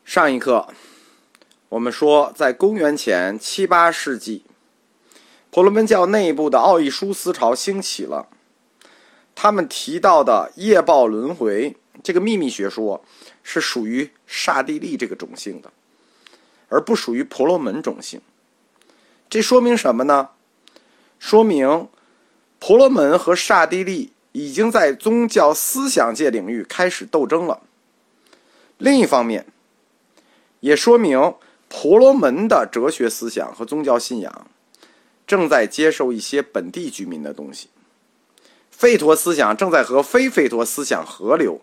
上一课我们说，在公元前7、8世纪，婆罗门教内部的奥义书思潮兴起了。他们提到的业报轮回这个秘密学说是属于刹帝利这个种姓的，而不属于婆罗门种姓。这说明什么呢？说明婆罗门和刹帝利已经在宗教思想界领域开始斗争了。另一方面，也说明婆罗门的哲学思想和宗教信仰正在接受一些本地居民的东西，吠陀思想正在和非吠陀思想合流。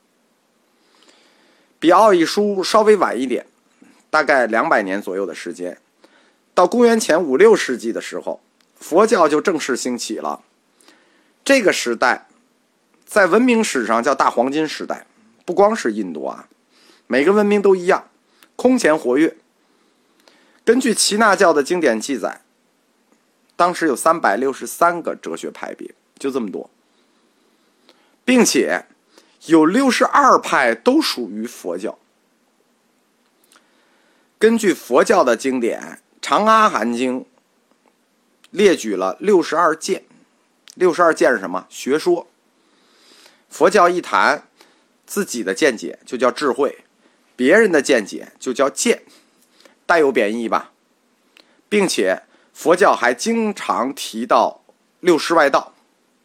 比奥义书稍微晚一点，大概200年左右的时间，到公元前5、6世纪的时候，佛教就正式兴起了。这个时代在文明史上叫大黄金时代，不光是印度啊，每个文明都一样，空前活跃。根据耆那教的经典记载，当时有363个哲学派别，就这么多，并且有62派都属于佛教。根据佛教的经典《长阿含经》列举了62见。62见是什么？学说。佛教一谈自己的见解就叫智慧，别人的见解就叫见，带有贬义吧。并且佛教还经常提到60外道。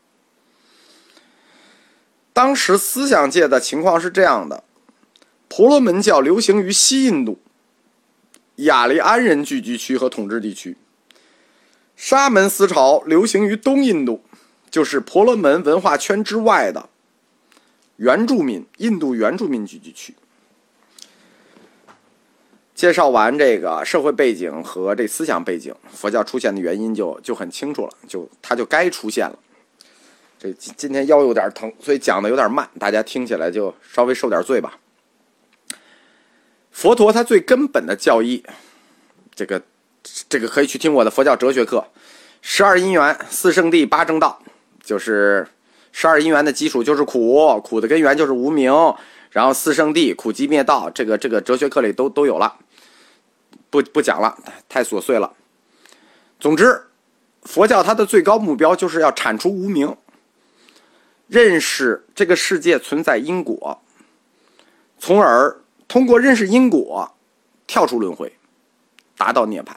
当时思想界的情况是这样的：婆罗门教流行于西印度雅利安人聚居区和统治地区，沙门思潮流行于东印度，就是婆罗门文化圈之外的原住民印度原住民聚居区。介绍完这个社会背景和这思想背景，佛教出现的原因就很清楚了，它就该出现了。这今天腰有点疼，所以讲的有点慢，大家听起来就稍微受点罪吧。佛陀他最根本的教义，这个可以去听我的佛教哲学课，12因缘、4圣谛、8正道，就是12因缘的基础就是苦，苦的根源就是无明，然后4圣谛、苦集灭道，这个哲学课里都有了，不讲了，太琐碎了。总之，佛教它的最高目标就是要铲除无明，认识这个世界存在因果，从而通过认识因果跳出轮回，达到涅槃。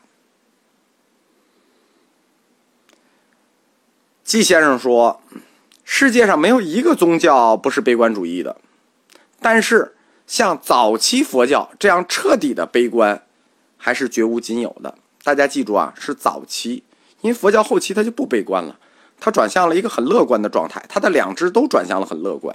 季先生说，世界上没有一个宗教不是悲观主义的，但是像早期佛教这样彻底的悲观还是绝无仅有的。大家记住啊，是早期，因为佛教后期它就不悲观了，它转向了一个很乐观的状态，它的两支都转向了很乐观。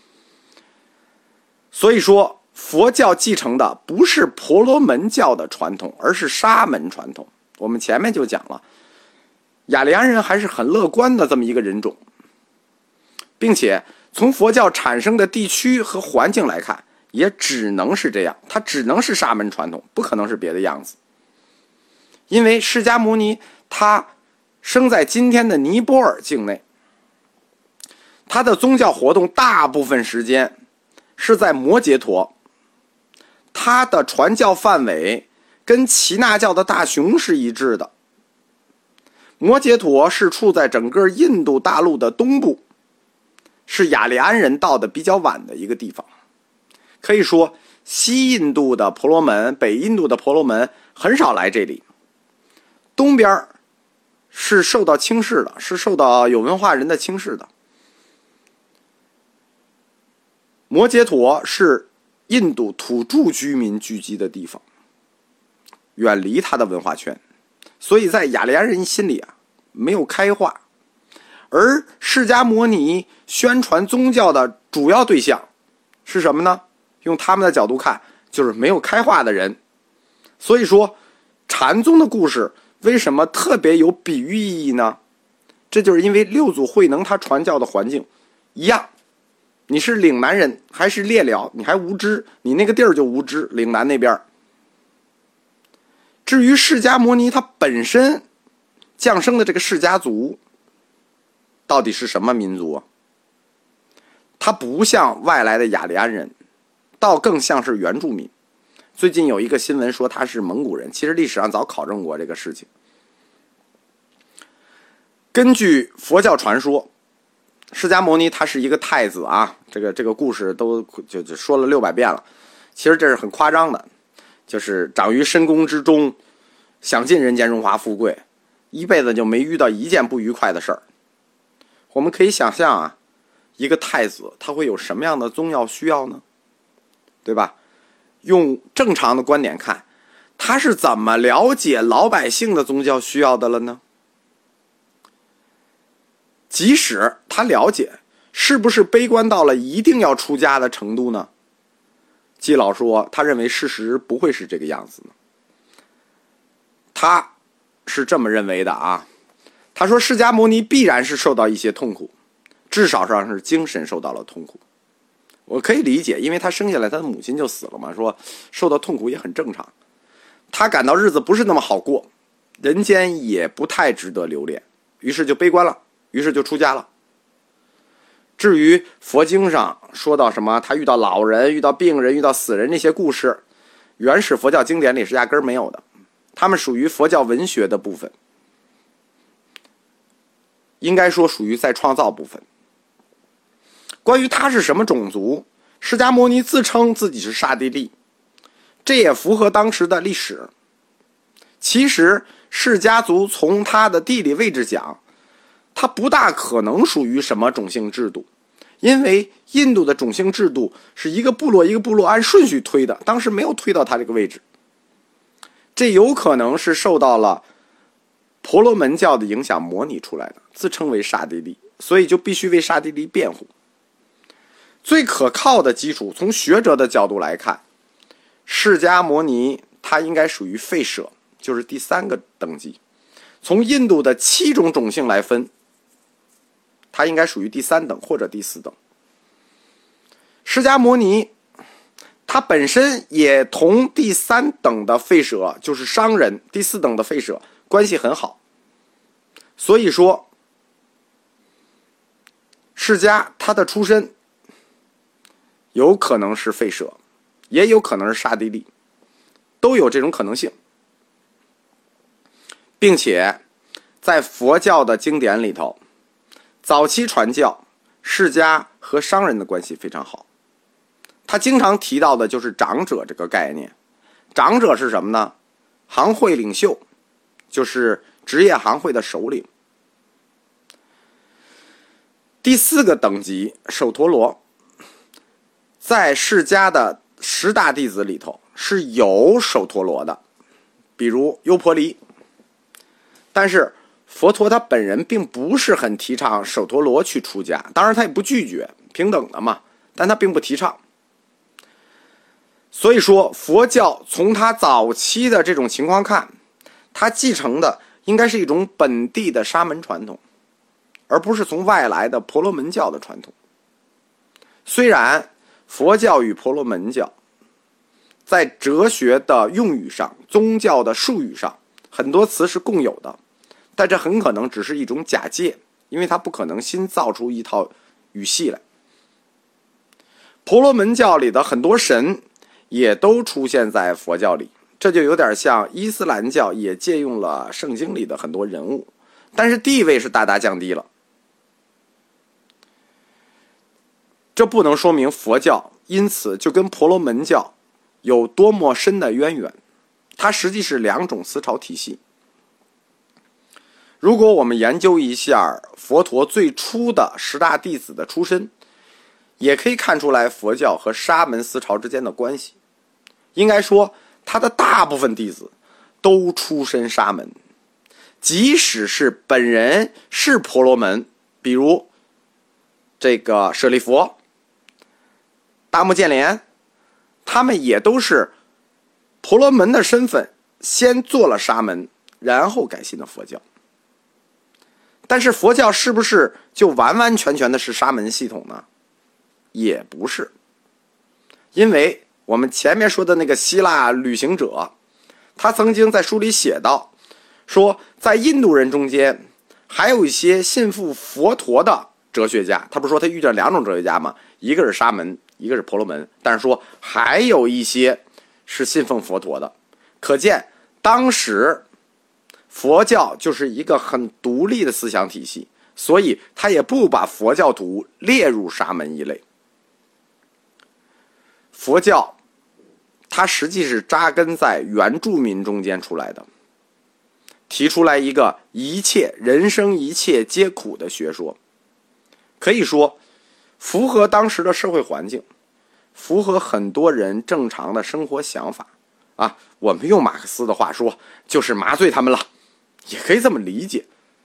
所以说佛教继承的不是婆罗门教的传统，而是沙门传统。我们前面就讲了，雅利安人还是很乐观的这么一个人种，并且从佛教产生的地区和环境来看，也只能是这样，它只能是沙门传统，不可能是别的样子。因为释迦牟尼他生在今天的尼泊尔境内，他的宗教活动大部分时间是在摩羯陀，他的传教范围跟耆那教的大雄是一致的。摩羯陀是处在整个印度大陆的东部，是雅利安人到的比较晚的一个地方。可以说西印度的婆罗门、北印度的婆罗门很少来这里，东边是受到轻视的，是受到有文化人的轻视的。摩羯陀是印度土著居民聚集的地方，远离他的文化圈，所以在雅利安人心里啊，没有开化。而释迦牟尼宣传宗教的主要对象是什么呢？用他们的角度看，就是没有开化的人。所以说禅宗的故事为什么特别有比喻意义呢？这就是因为六祖慧能他传教的环境一样，你是岭南人还是列寮，你还无知，你那个地儿就无知，岭南那边。至于释迦牟尼他本身降生的这个释迦族到底是什么民族啊？他不像外来的雅利安人，倒更像是原住民。 最近有一个新闻说他是蒙古人，其实历史上早考证过这个事情。根据佛教传说，释迦牟尼他是一个太子啊，这个故事都就说了600遍了。其实这是很夸张的，就是长于深宫之中，享尽人间荣华富贵，一辈子就没遇到一件不愉快的事儿。我们可以想象啊，一个太子他会有什么样的宗教需要呢？对吧？用正常的观点看，他是怎么了解老百姓的宗教需要的了呢？即使他了解，是不是悲观到了一定要出家的程度呢？季老说他认为事实不会是这个样子呢。他是这么认为的啊，他说释迦牟尼必然是受到一些痛苦，至少上是精神受到了痛苦。我可以理解，因为他生下来他的母亲就死了嘛，说受到痛苦也很正常。他感到日子不是那么好过，人间也不太值得留恋，于是就悲观了，于是就出家了。至于佛经上说到什么他遇到老人、遇到病人、遇到死人这些故事，原始佛教经典里是压根儿没有的，他们属于佛教文学的部分，应该说属于再创造部分。关于他是什么种族，释迦牟尼自称自己是刹帝利，这也符合当时的历史。其实释家族从他的地理位置讲，他不大可能属于什么种姓制度，因为印度的种姓制度是一个部落一个部落按顺序推的，当时没有推到他这个位置。这有可能是受到了婆罗门教的影响模拟出来的，自称为刹帝利，所以就必须为刹帝利辩护。最可靠的基础，从学者的角度来看，释迦牟尼他应该属于吠舍，就是第3个等级。从印度的7种种姓来分，他应该属于第3等或者第4等。释迦牟尼他本身也同第3等的吠舍，就是商人，第4等的吠舍关系很好。所以说释迦他的出身有可能是吠舍，也有可能是刹帝利，都有这种可能性。并且在佛教的经典里头，早期传教释迦和商人的关系非常好，他经常提到的就是长者这个概念。长者是什么呢？行会领袖，就是职业行会的首领。第4个等级首陀罗，在释迦的10大弟子里头是有首陀罗的，比如优婆离。但是佛陀他本人并不是很提倡首陀罗去出家，当然他也不拒绝，平等的嘛，但他并不提倡。所以说佛教从他早期的这种情况看，他继承的应该是一种本地的沙门传统，而不是从外来的婆罗门教的传统。虽然佛教与婆罗门教在哲学的用语上、宗教的术语上很多词是共有的，但这很可能只是一种假借，因为它不可能新造出一套语系来。婆罗门教里的很多神也都出现在佛教里，这就有点像伊斯兰教也借用了圣经里的很多人物，但是地位是大大降低了。这不能说明佛教因此就跟婆罗门教有多么深的渊源，它实际是2种思潮体系。如果我们研究一下佛陀最初的10大弟子的出身，也可以看出来佛教和沙门思潮之间的关系。应该说他的大部分弟子都出身沙门，即使是本人是婆罗门，比如这个舍利弗、大目犍连，他们也都是婆罗门的身份先做了沙门，然后改信了佛教。但是佛教是不是就完完全全的是沙门系统呢？也不是。因为我们前面说的那个希腊旅行者，他曾经在书里写到，说在印度人中间还有一些信奉佛陀的哲学家，他不是说他遇见2种哲学家吗？一个是沙门，一个是婆罗门，但是说还有一些是信奉佛陀的，可见当时佛教就是一个很独立的思想体系，所以他也不把佛教徒列入沙门一类。佛教它实际是扎根在原住民中间出来的，提出来一个人生一切皆苦的学说，可以说符合当时的社会环境，符合很多人正常的生活想法啊。我们用马克思的话说，就是麻醉他们了，也可以这么理解。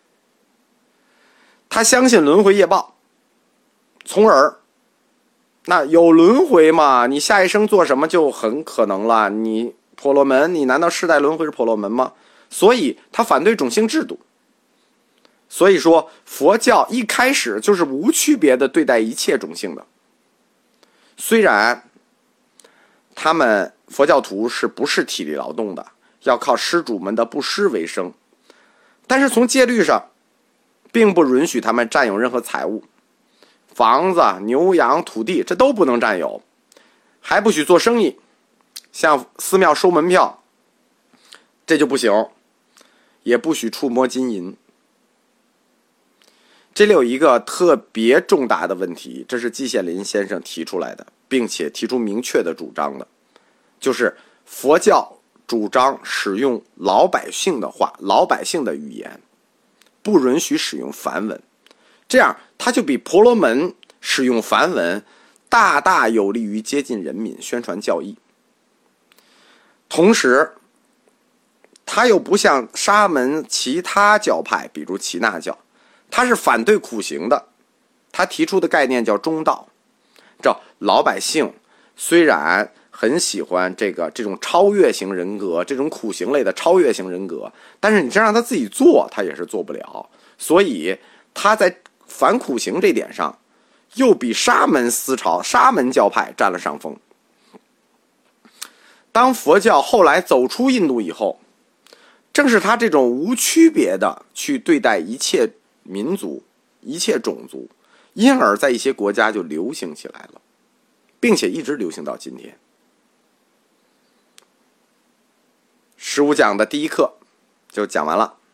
他相信轮回业报，从而那有轮回嘛，你下一生做什么就很可能了。你婆罗门，你难道世代轮回是婆罗门吗？所以他反对种姓制度。所以说佛教一开始就是无区别的对待一切种姓的。虽然他们佛教徒是不是体力劳动的，要靠施主们的布施为生，但是从戒律上并不允许他们占有任何财物，房子、牛羊、土地这都不能占有，还不许做生意，像寺庙收门票这就不行，也不许触摸金银。这里有一个特别重大的问题，这是季羡林先生提出来的，并且提出明确的主张的，就是佛教主张使用老百姓的话、老百姓的语言，不允许使用梵文，这样他就比婆罗门使用梵文大大有利于接近人民、宣传教义。同时他又不像沙门其他教派，比如耆那教，他是反对苦行的，他提出的概念叫中道。这老百姓虽然很喜欢这种超越型人格，这种苦行类的超越型人格，但是你真让他自己做，他也是做不了。所以他在反苦行这点上又比沙门思潮、沙门教派占了上风。当佛教后来走出印度以后，正是他这种无区别的去对待一切民族、一切种族，因而在一些国家就流行起来了，并且一直流行到今天。15讲的第一课就讲完了。